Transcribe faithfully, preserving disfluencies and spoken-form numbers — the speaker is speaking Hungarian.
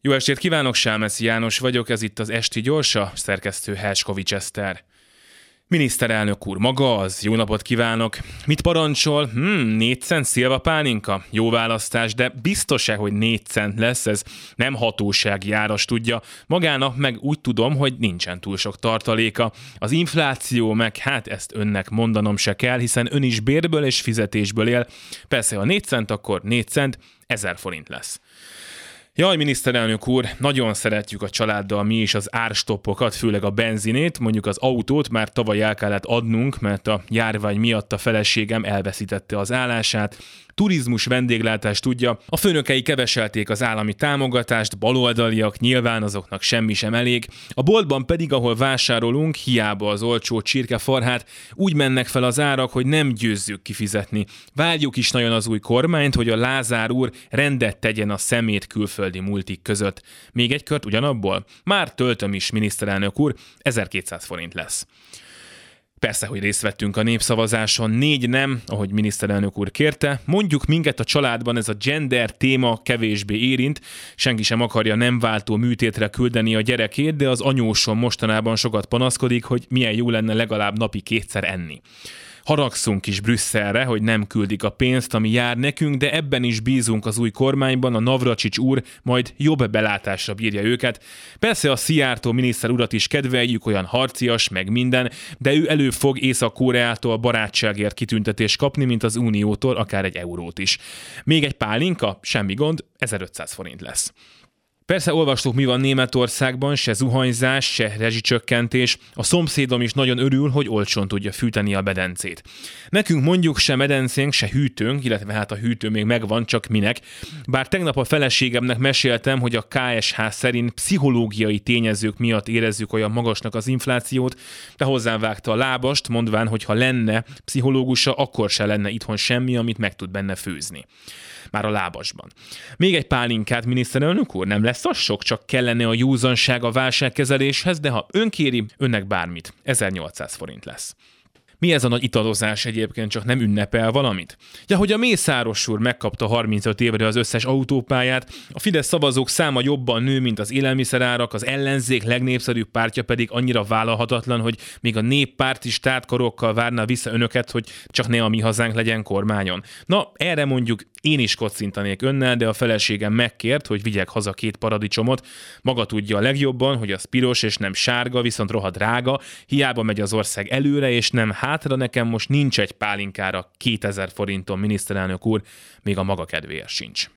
Jó estét kívánok, Sámeszi János vagyok, ez itt az Esti Gyorsa, szerkesztő Herskovics Eszter. Miniszterelnök úr, maga az, jó napot kívánok. Mit parancsol? Hmm, négy cent szilvapálinka? Jó választás, de biztos-e, hogy négy cent lesz? Ez nem hatósági áras, tudja. Magának meg úgy tudom, hogy nincsen túl sok tartaléka. Az infláció meg, hát ezt önnek mondanom se kell, hiszen ön is bérből és fizetésből él. Persze, ha négy cent, akkor négy cent, ezer forint lesz. Jaj, miniszterelnök úr, nagyon szeretjük a családdal mi is az árstoppokat, főleg a benzinét, mondjuk az autót már tavaly el kellett adnunk, mert a járvány miatt a feleségem elveszítette az állását. Turizmus, vendéglátás, tudja, a főnökei keveselték az állami támogatást, baloldaliak, nyilván azoknak semmi sem elég. A boltban pedig, ahol vásárolunk, hiába az olcsó csirkefarhát, úgy mennek fel az árak, hogy nem győzzük kifizetni. Várjuk is nagyon az új kormányt, hogy a Lázár úr rendet tegyen a szemét külföldi multik között. Még egy kört ugyanabból? Már töltöm is, miniszterelnök úr, ezerkétszáz forint lesz. Persze, hogy részt vettünk a népszavazáson, négy nem, ahogy miniszterelnök úr kérte. Mondjuk minket a családban ez a gender téma kevésbé érint, senki sem akarja nem váltó műtétre küldeni a gyerekét, de az anyósom mostanában sokat panaszkodik, hogy milyen jó lenne legalább napi kétszer enni. Haragszunk is Brüsszelre, hogy nem küldik a pénzt, ami jár nekünk, de ebben is bízunk az új kormányban, a Navracsics úr majd jobb belátásra bírja őket. Persze a Szijjártó miniszter urat is kedveljük, olyan harcias, meg minden, de ő elő fog Észak-Koreától barátságért kitüntetést kapni, mint az Uniótól, akár egy eurót is. Még egy pálinka? Semmi gond, ezerötszáz forint lesz. Persze olvastuk, mi van Németországban, se zuhanyzás, se rezsicsökkentés. A szomszédom is nagyon örül, hogy olcsón tudja fűteni a medencét. Nekünk mondjuk se medencénk, se hűtőnk, illetve hát a hűtő még megvan, csak minek. Bár tegnap a feleségemnek meséltem, hogy a ká es há szerint pszichológiai tényezők miatt érezzük olyan magasnak az inflációt, de hozzám vágta a lábast, mondván, hogy ha lenne pszichológusa, akkor se lenne itthon semmi, amit meg tud benne főzni. Már a lábasban. Még egy pálinkát, miniszterelnök úr, nem lesz az sok, csak kellene a józanság a válságkezeléshez, de ha ön kéri, önnek bármit. ezernyolcszáz forint lesz. Mi ez a nagy italozás egyébként, csak nem ünnepel valamit? Ja, hogy a Mészáros úr megkapta harmincöt évre az összes autópályát, a Fidesz szavazók száma jobban nő, mint az élelmiszerárak, az ellenzék legnépszerűbb pártja pedig annyira vállalhatatlan, hogy még a néppárt is tártkarokkal várná vissza önöket, hogy csak ne a mi hazánk legyen kormányon. Na, erre mondjuk én is kocintanék önnel, de a feleségem megkért, hogy vigyek haza két paradicsomot. Maga tudja a legjobban, hogy az piros és nem sárga, viszont rohadt drága, hiába megy az ország előre, és nem hátra, nekem most nincs egy pálinkára kétezer forinton, miniszterelnök úr, még a maga kedvéért sincs.